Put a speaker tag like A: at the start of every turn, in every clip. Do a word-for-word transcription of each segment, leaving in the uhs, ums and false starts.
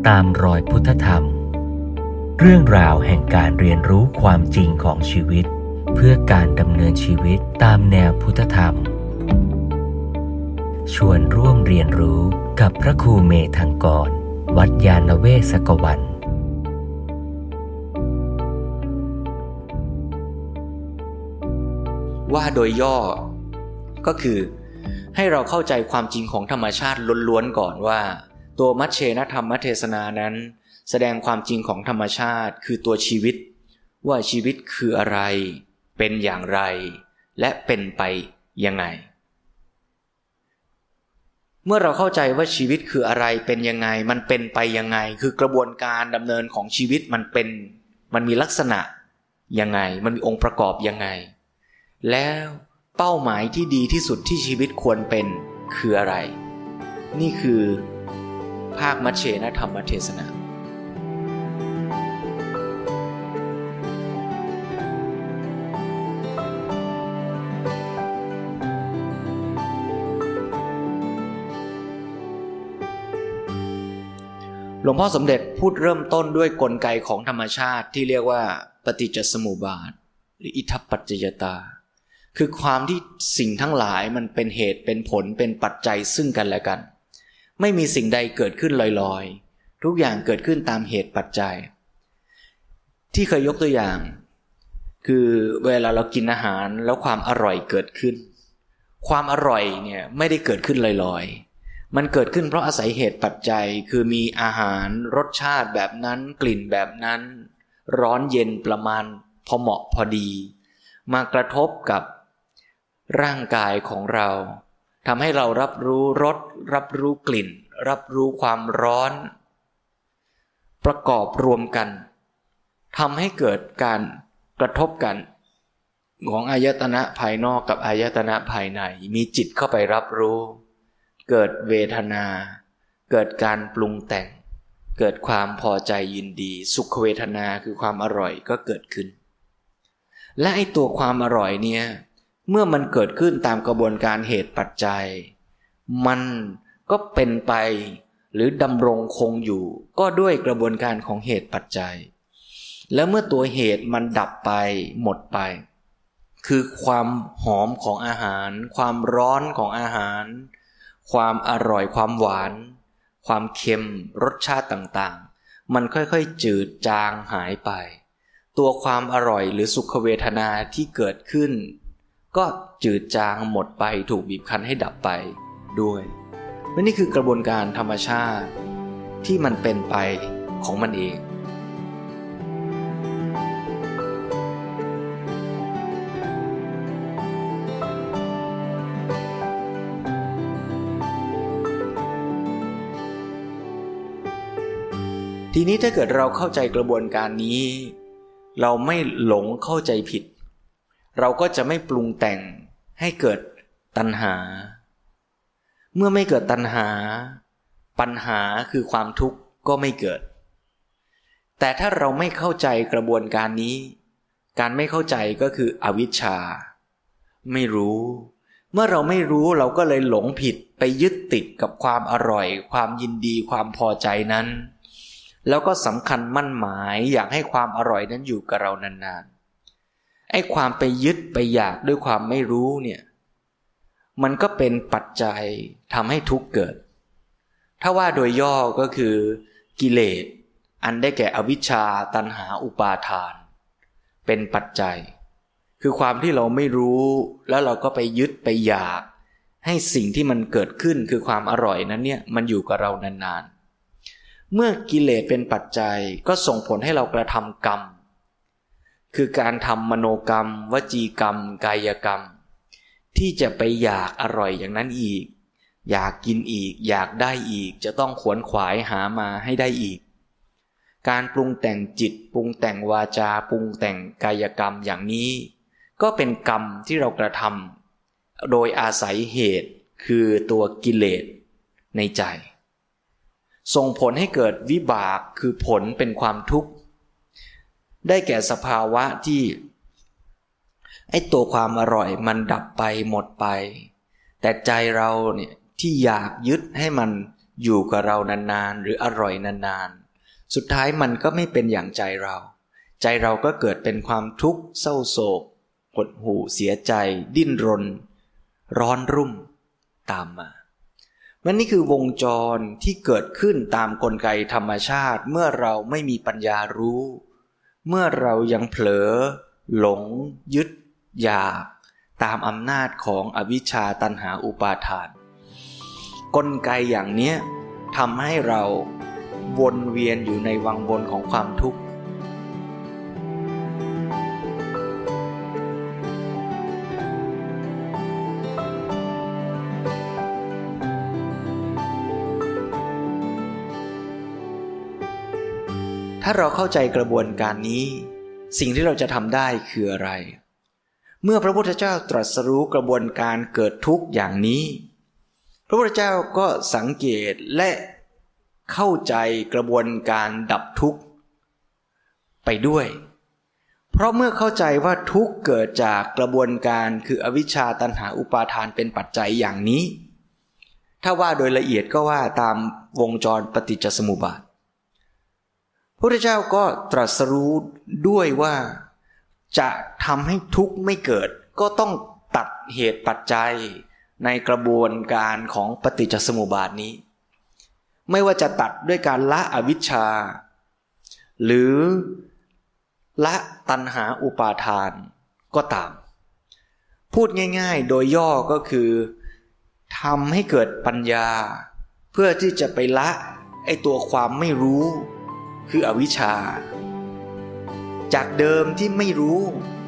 A: ตามรอยพุทธธรรมเรื่องราวแห่งการเรียนรู้ความจริงของชีวิตเพื่อการดำเนินชีวิตตามแนวพุทธธรรมชวนร่วมเรียนรู้กับพระครูเมธังกรวัดยานเวศกวัน
B: ว่าโดยย่อก็คือให้เราเข้าใจความจริงของธรรมชาติล้วนๆก่อนว่าตัวมัชเชนธรรมเทศนานั้นแสดงความจริงของธรรมชาติคือตัวชีวิตว่าชีวิตคืออะไรเป็นอย่างไรและเป็นไปยังไงเมื่อเราเข้าใจว่าชีวิตคืออะไรเป็นยังไงมันเป็นไปยังไงคือกระบวนการดำเนินของชีวิตมันเป็นมันมีลักษณะยังไงมันมีองค์ประกอบยังไงแล้วเป้าหมายที่ดีที่สุดที่ชีวิตควรเป็นคืออะไรนี่คือภาคมัชเชนธรรมเทศนาหลวงพ่อสมเด็จพูดเริ่มต้นด้วยกลไกของธรรมชาติที่เรียกว่าปฏิจจสมุปบาทหรืออิทัปปัจจยตาคือความที่สิ่งทั้งหลายมันเป็นเหตุเป็นผลเป็นปัจจัยซึ่งกันและกันไม่มีสิ่งใดเกิดขึ้นลอยๆทุกอย่างเกิดขึ้นตามเหตุปัจจัยที่เคยยกตัวอย่างคือเวลาเรากินอาหารแล้วความอร่อยเกิดขึ้นความอร่อยเนี่ยไม่ได้เกิดขึ้นลอยๆมันเกิดขึ้นเพราะอาศัยเหตุปัจจัยคือมีอาหารรสชาติแบบนั้นกลิ่นแบบนั้นร้อนเย็นประมาณพอเหมาะพอดีมากระทบกับร่างกายของเราทำให้เรารับรู้รสรับรู้กลิ่นรับรู้ความร้อนประกอบรวมกันทำให้เกิดการกระทบกันของอายตนะภายนอกกับอายตนะภายในมีจิตเข้าไปรับรู้เกิดเวทนาเกิดการปรุงแต่งเกิดความพอใจยินดีสุขเวทนาคือความอร่อยก็เกิดขึ้นและไอ้ตัวความอร่อยเนี่ยเมื่อมันเกิดขึ้นตามกระบวนการเหตุปัจจัยมันก็เป็นไปหรือดำรงคงอยู่ก็ด้วยกระบวนการของเหตุปัจจัยแล้วเมื่อตัวเหตุมันดับไปหมดไปคือความหอมของอาหารความร้อนของอาหารความอร่อยความหวานความเค็มรสชาติต่างๆมันค่อยๆจืดจางหายไปตัวความอร่อยหรือสุขเวทนาที่เกิดขึ้นก็จืดจางหมดไปถูกบีบคั้นให้ดับไปด้วยและนี่คือกระบวนการธรรมชาติที่มันเป็นไปของมันเองทีนี้ถ้าเกิดเราเข้าใจกระบวนการนี้เราไม่หลงเข้าใจผิดเราก็จะไม่ปรุงแต่งให้เกิดตัณหาเมื่อไม่เกิดตัณหาปัญหาคือความทุกข์ก็ไม่เกิดแต่ถ้าเราไม่เข้าใจกระบวนการนี้การไม่เข้าใจก็คืออวิชชาไม่รู้เมื่อเราไม่รู้เราก็เลยหลงผิดไปยึดติดกับความอร่อยความยินดีความพอใจนั้นแล้วก็สำคัญมั่นหมายอยากให้ความอร่อยนั้นอยู่กับเรานานๆไอ้ความไปยึดไปอยากด้วยความไม่รู้เนี่ยมันก็เป็นปัจจัยทำให้ทุกข์เกิดถ้าว่าโดยย่อก็คือกิเลสอันได้แก่อวิชชาตัณหาอุปาทานเป็นปัจจัยคือความที่เราไม่รู้แล้วเราก็ไปยึดไปอยากให้สิ่งที่มันเกิดขึ้นคือความอร่อยนั้นเนี่ยมันอยู่กับเรานานๆเมื่อกิเลสเป็นปัจจัยก็ส่งผลให้เรากระทำกรรมคือการทำมโนกรรมวจีกรรมกายกรรมที่จะไปอยากอร่อยอย่างนั้นอีกอยากกินอีกอยากได้อีกจะต้องขวนขวายหามาให้ได้อีกการปรุงแต่งจิตปรุงแต่งวาจาปรุงแต่งกายกรรมอย่างนี้ก็เป็นกรรมที่เรากระทำโดยอาศัยเหตุคือตัวกิเลสในใจส่งผลให้เกิดวิบากคือผลเป็นความทุกข์ได้แก่สภาวะที่ไอ้ตัวความอร่อยมันดับไปหมดไปแต่ใจเราเนี่ยที่อยากยึดให้มันอยู่กับเรานานๆหรืออร่อยนานๆสุดท้ายมันก็ไม่เป็นอย่างใจเราใจเราก็เกิดเป็นความทุกข์เศร้าโศกหดหู่เสียใจดิ้นรนร้อนรุ่มตามมามันนี่คือวงจรที่เกิดขึ้นตามกลไกธรรมชาติเมื่อเราไม่มีปัญญารู้เมื่อเรายังเผลอหลงยึดอยากตามอำนาจของอวิชชาตัณหาอุปาทานกลไกอย่างนี้ทำให้เราวนเวียนอยู่ในวังวนของความทุกข์ถ้าเราเข้าใจกระบวนการนี้สิ่งที่เราจะทำได้คืออะไรเมื่อพระพุทธเจ้าตรัสรู้กระบวนการเกิดทุกข์อย่างนี้พระพุทธเจ้าก็สังเกตและเข้าใจกระบวนการดับทุกข์ไปด้วยเพราะเมื่อเข้าใจว่าทุกข์เกิดจากกระบวนการคืออวิชชาตัณหาอุปาทานเป็นปัจจัยอย่างนี้ถ้าว่าโดยละเอียดก็ว่าตามวงจรปฏิจจสมุปบาทพระพุทธเจ้าก็ตรัสรู้ด้วยว่าจะทำให้ทุกข์ไม่เกิดก็ต้องตัดเหตุปัจจัยในกระบวนการของปฏิจจสมุปบาทนี้ไม่ว่าจะตัดด้วยการละอวิชชาหรือละตัณหาอุปาทานก็ตามพูดง่ายๆโดยย่อก็คือทำให้เกิดปัญญาเพื่อที่จะไปละไอ้ตัวความไม่รู้คืออวิชชาจากเดิมที่ไม่รู้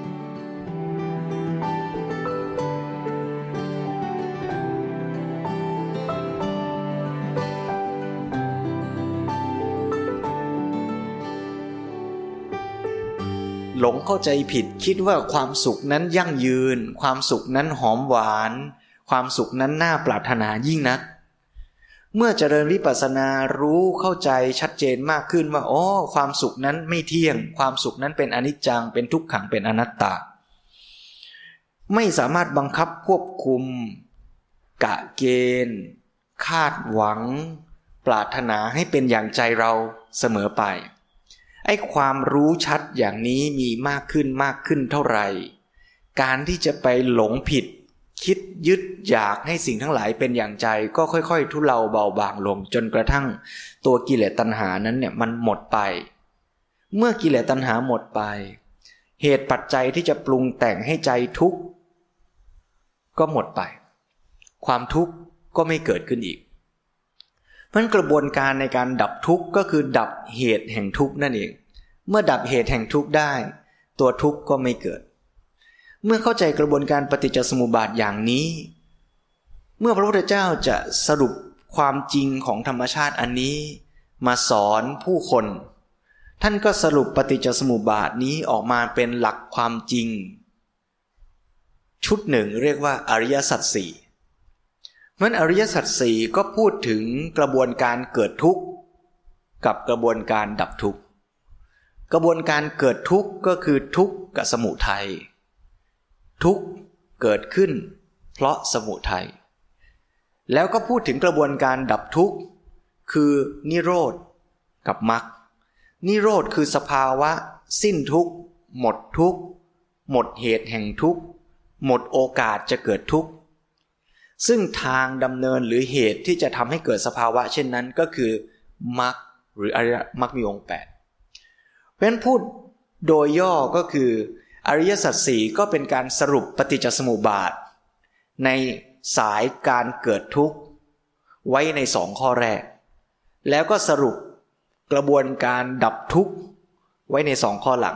B: หลงเข้าใจผิดคิดว่าความสุขนั้นยั่งยืนความสุขนั้นหอมหวานความสุขนั้นน่าปรารถนายิ่งนักเมื่อเจริญวิปัสสนารู้เข้าใจชัดเจนมากขึ้นว่าอ๋อความสุขนั้นไม่เที่ยงความสุขนั้นเป็นอนิจจังเป็นทุกขังเป็นอนัตตาไม่สามารถบังคับควบคุมกะเกณฑ์คาดหวังปรารถนาให้เป็นอย่างใจเราเสมอไปไอ้ความรู้ชัดอย่างนี้มีมากขึ้นมากขึ้นเท่าไหร่การที่จะไปหลงผิดคิดยึดอยากให้สิ่งทั้งหลายเป็นอย่างใจก็ค่อยๆทุเลาเบาบางลงจนกระทั่งตัวกิเลสตัณหานั้นเนี่ยมันหมดไปเมื่อกิเลสตัณหาหมดไปเหตุปัจจัยที่จะปรุงแต่งให้ใจทุกข์ก็หมดไปความทุกข์ก็ไม่เกิดขึ้นอีกเพราะฉะนั้นกระบวนการในการดับทุกข์ก็คือดับเหตุแห่งทุกข์นั่นเองเมื่อดับเหตุแห่งทุกข์ได้ตัวทุกข์ก็ไม่เกิดเมื่อเข้าใจกระบวนการปฏิจจสมุปบาทอย่างนี้เมื่อพระพุทธเจ้าจะสรุปความจริงของธรรมชาติอันนี้มาสอนผู้คนท่านก็สรุปปฏิจจสมุปบาทนี้ออกมาเป็นหลักความจริงชุดหนึ่งเรียกว่าอริยสัจสี่เพราะฉะนั้นอริยสัจสี่ก็พูดถึงกระบวนการเกิดทุกข์กับกระบวนการดับทุกข์กระบวนการเกิดทุกข์ก็คือทุกข์กับสมุทัยทุกข์เกิดขึ้นเพราะสมุทัยแล้วก็พูดถึงกระบวนการดับทุกข์คือนิโรธกับมรรคนิโรธคือสภาวะสิ้นทุกข์หมดทุกข์หมดเหตุแห่งทุกข์หมดโอกาสจะเกิดทุกข์ซึ่งทางดำเนินหรือเหตุที่จะทำให้เกิดสภาวะเช่นนั้นก็คือมรรคหรืออริยมรรคมีองค์แปดเพราะฉะนั้นพูดโดยย่อก็คืออริยสัจสี่ก็เป็นการสรุปปฏิจจสมุปบาทในสายการเกิดทุกข์ไว้ในสองข้อแรกแล้วก็สรุปกระบวนการดับทุกข์ไว้ในสองข้อหลัง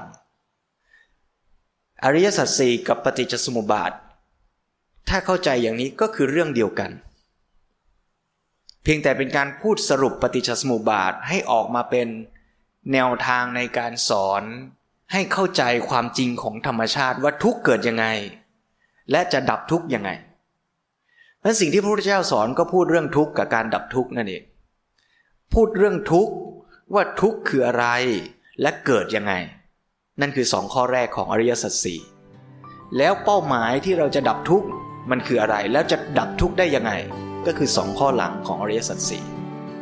B: อริยสัจสี่กับปฏิจจสมุปบาทถ้าเข้าใจอย่างนี้ก็คือเรื่องเดียวกันเพียงแต่เป็นการพูดสรุปปฏิจจสมุปบาทให้ออกมาเป็นแนวทางในการสอนให้เข้าใจความจริงของธรรมชาติว่าทุกข์เกิดยังไงและจะดับทุกข์ยังไงและสิ่งที่พระพุทธเจ้าสอนก็พูดเรื่องทุกข์กับการดับทุกข์นั่นเองพูดเรื่องทุกข์ว่าทุกข์คืออะไรและเกิดยังไงนั่นคือสองข้อแรกของอริยสัจสี่แล้วเป้าหมายที่เราจะดับทุกข์มันคืออะไรแล้วจะดับทุกข์ได้ยังไงก็คือสองข้อหลังของอริยสัจสี่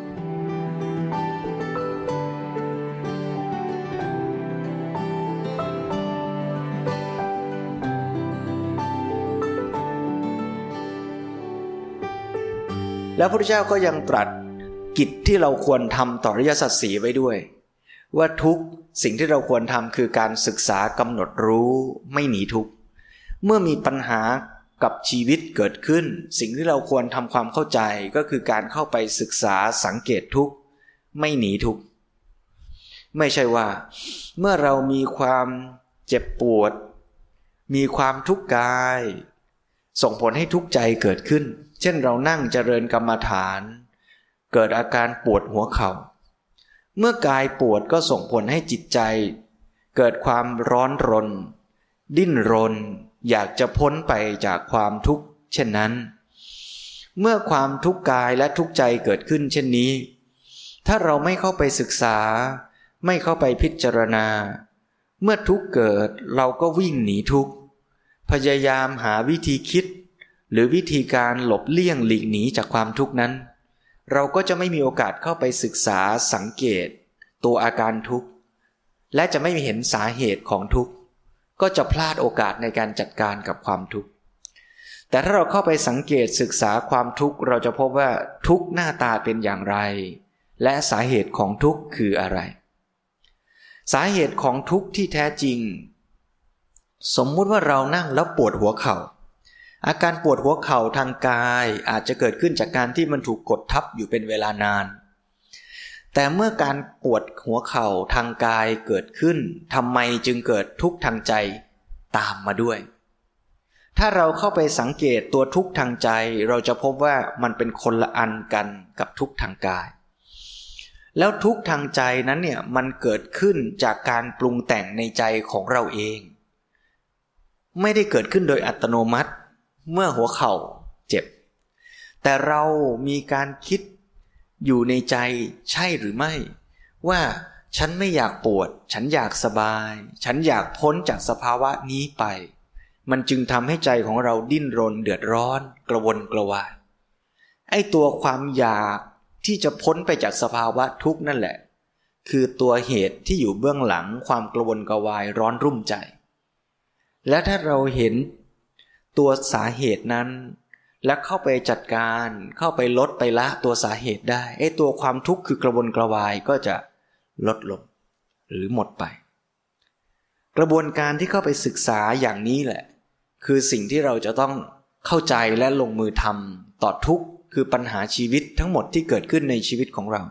B: แล้วพระพุทธเจ้าก็ยังตรัสกิจที่เราควรทำต่ออริยสัจสี่ไว้ด้วยว่าทุกสิ่งที่เราควรทำคือการศึกษากำหนดรู้ไม่หนีทุกข์เมื่อมีปัญหากับชีวิตเกิดขึ้นสิ่งที่เราควรทำความเข้าใจก็คือการเข้าไปศึกษาสังเกตทุกข์ไม่หนีทุกข์ไม่ใช่ว่าเมื่อเรามีความเจ็บปวดมีความทุกข์กายส่งผลให้ทุกข์ใจเกิดขึ้นเช่นเรานั่งเจริญกรรมฐานเกิดอาการปวดหัวเข่าเมื่อกายปวดก็ส่งผลให้จิตใจเกิดความร้อนรนดิ้นรนอยากจะพ้นไปจากความทุกข์เช่นนั้นเมื่อความทุกข์กายและทุกข์ใจเกิดขึ้นเช่นนี้ถ้าเราไม่เข้าไปศึกษาไม่เข้าไปพิจารณาเมื่อทุกข์เกิดเราก็วิ่งหนีทุกข์พยายามหาวิธีคิดหรือวิธีการหลบเลี่ยงหลีกหนีจากความทุกข์นั้นเราก็จะไม่มีโอกาสเข้าไปศึกษาสังเกตตัวอาการทุกข์และจะไม่เห็นสาเหตุของทุกข์ก็จะพลาดโอกาสในการจัดการกับความทุกข์แต่ถ้าเราเข้าไปสังเกตศึกษาความทุกข์เราจะพบว่าทุกข์หน้าตาเป็นอย่างไรและสาเหตุของทุกข์คืออะไรสาเหตุของทุกข์ที่แท้จริงสมมุติว่าเรานั่งแล้วปวดหัวเข่าอาการปวดหัวเข่าทางกายอาจจะเกิดขึ้นจากการที่มันถูกกดทับอยู่เป็นเวลานานแต่เมื่อการปวดหัวเข่าทางกายเกิดขึ้นทำไมจึงเกิดทุกข์ทางใจตามมาด้วยถ้าเราเข้าไปสังเกตตัวทุกข์ทางใจเราจะพบว่ามันเป็นคนละอันกันกับทุกข์ทางกายแล้วทุกข์ทางใจนั้นเนี่ยมันเกิดขึ้นจากการปรุงแต่งในใจของเราเองไม่ได้เกิดขึ้นโดยอัตโนมัติเมื่อหัวเข่าเจ็บแต่เรามีการคิดอยู่ในใจใช่หรือไม่ว่าฉันไม่อยากปวดฉันอยากสบายฉันอยากพ้นจากสภาวะนี้ไปมันจึงทำให้ใจของเราดิ้นรนเดือดร้อนกระวนกระวายไอ้ตัวความอยากที่จะพ้นไปจากสภาวะทุกข์นั่นแหละคือตัวเหตุที่อยู่เบื้องหลังความกระวนกระวายร้อนรุ่มใจและถ้าเราเห็นตัวสาเหตุนั้นและเข้าไปจัดการเข้าไปลดไปละตัวสาเหตุได้ไอ้ตัวความทุกข์คือกระวนกระวายก็จะลดลงหรือหมดไปกระบวนการที่เข้าไปศึกษาอย่างนี้แหละคือสิ่งที่เราจะต้องเข้าใจและลงมือทำต่อทุกข์คือปัญหาชีวิตทั้งหมดที่เกิดขึ้นในชีวิตของเรา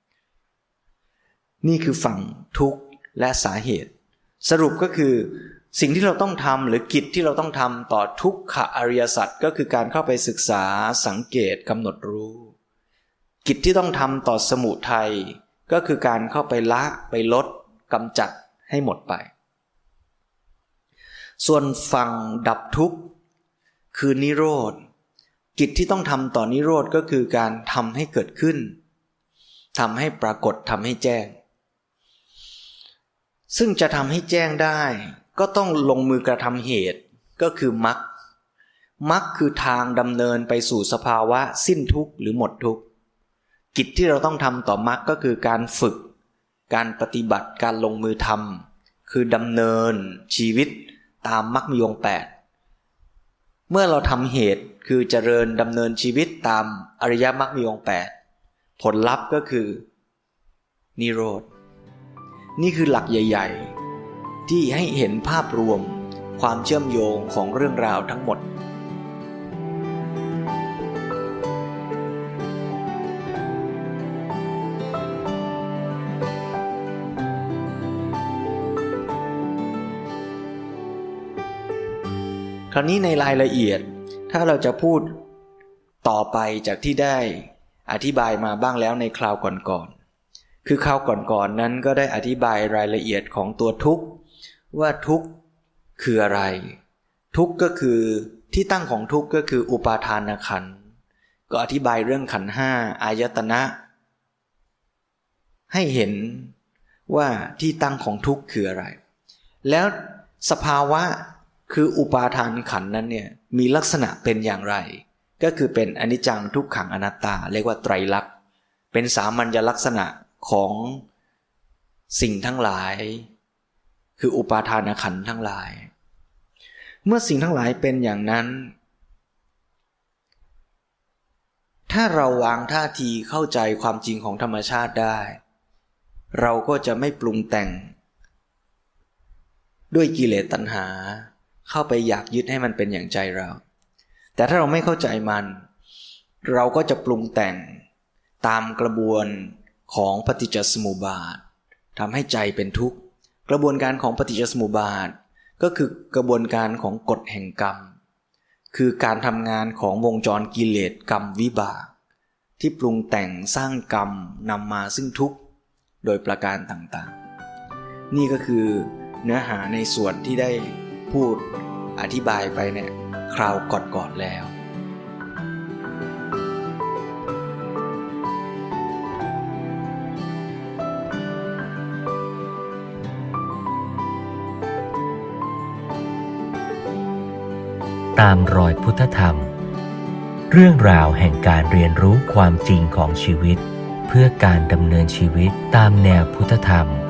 B: นี่คือฝั่งทุกข์และสาเหตุสรุปก็คือสิ่งที่เราต้องทำหรือกิจที่เราต้องทำต่อทุกขอริยสัจก็คือการเข้าไปศึกษาสังเกตกำหนดรู้กิจที่ต้องทำต่อสมุทัยก็คือการเข้าไปละไปลดกำจัดให้หมดไปส่วนฝั่งดับทุกข์คือนิโรธกิจที่ต้องทำต่อนิโรธก็คือการทำให้เกิดขึ้นทำให้ปรากฏทำให้แจ้งซึ่งจะทำให้แจ้งได้ก็ต้องลงมือกระทำเหตุก็คือมรรคมรรคคือทางดำเนินไปสู่สภาวะสิ้นทุกข์หรือหมดทุกข์กิจที่เราต้องทำต่อมรรคก็คือการฝึกการปฏิบัติการลงมือทำคือดำเนินชีวิตตามมรรคมีองค์แปดเมื่อเราทำเหตุคือเจริญดำเนินชีวิตตามอริยมรรคมีองค์แปดผลลัพธ์ก็คือนิโรธนี่คือหลักใหญ่ๆที่ให้เห็นภาพรวมความเชื่อมโยงของเรื่องราวทั้งหมดคราวนี้ในรายละเอียดถ้าเราจะพูดต่อไปจากที่ได้อธิบายมาบ้างแล้วในคราวก่อนๆคือคราวก่อนๆนั้นก็ได้อธิบายรายละเอียดของตัวทุกข์ว่าทุกข์คืออะไรทุกข์ก็คือที่ตั้งของทุกข์ก็คืออุปาทานขันธ์ก็อธิบายเรื่องขันธ์ห้าอายตนะให้เห็นว่าที่ตั้งของทุกข์คืออะไรแล้วสภาวะคืออุปาทานขันธ์นั้นเนี่ยมีลักษณะเป็นอย่างไรก็คือเป็นอนิจจังทุกขังอนัตตาเรียกว่าไตรลักษณ์เป็นสามัญลักษณะของสิ่งทั้งหลายคืออุปาทานขันธ์ทั้งหลายเมื่อสิ่งทั้งหลายเป็นอย่างนั้นถ้าเราวางท่าทีเข้าใจความจริงของธรรมชาติได้เราก็จะไม่ปรุงแต่งด้วยกิเลสตัณหาเข้าไปอยากยึดให้มันเป็นอย่างใจเราแต่ถ้าเราไม่เข้าใจมันเราก็จะปรุงแต่งตามกระบวนของปฏิจจสมุปบาททำให้ใจเป็นทุกข์กระบวนการของปฏิจจสมุปบาทก็คือกระบวนการของกฎแห่งกรรมคือการทำงานของวงจรกิเลสกรรมวิบากที่ปรุงแต่งสร้างกรรมนำมาซึ่งทุกข์โดยประการต่างๆนี่ก็คือเนื้อหาในส่วนที่ได้พูดอธิบายไปเนี่ยคราวก่อนๆแล้ว
A: ตามรอยพุทธธรรมเรื่องราวแห่งการเรียนรู้ความจริงของชีวิตเพื่อการดำเนินชีวิตตามแนวพุทธธรรม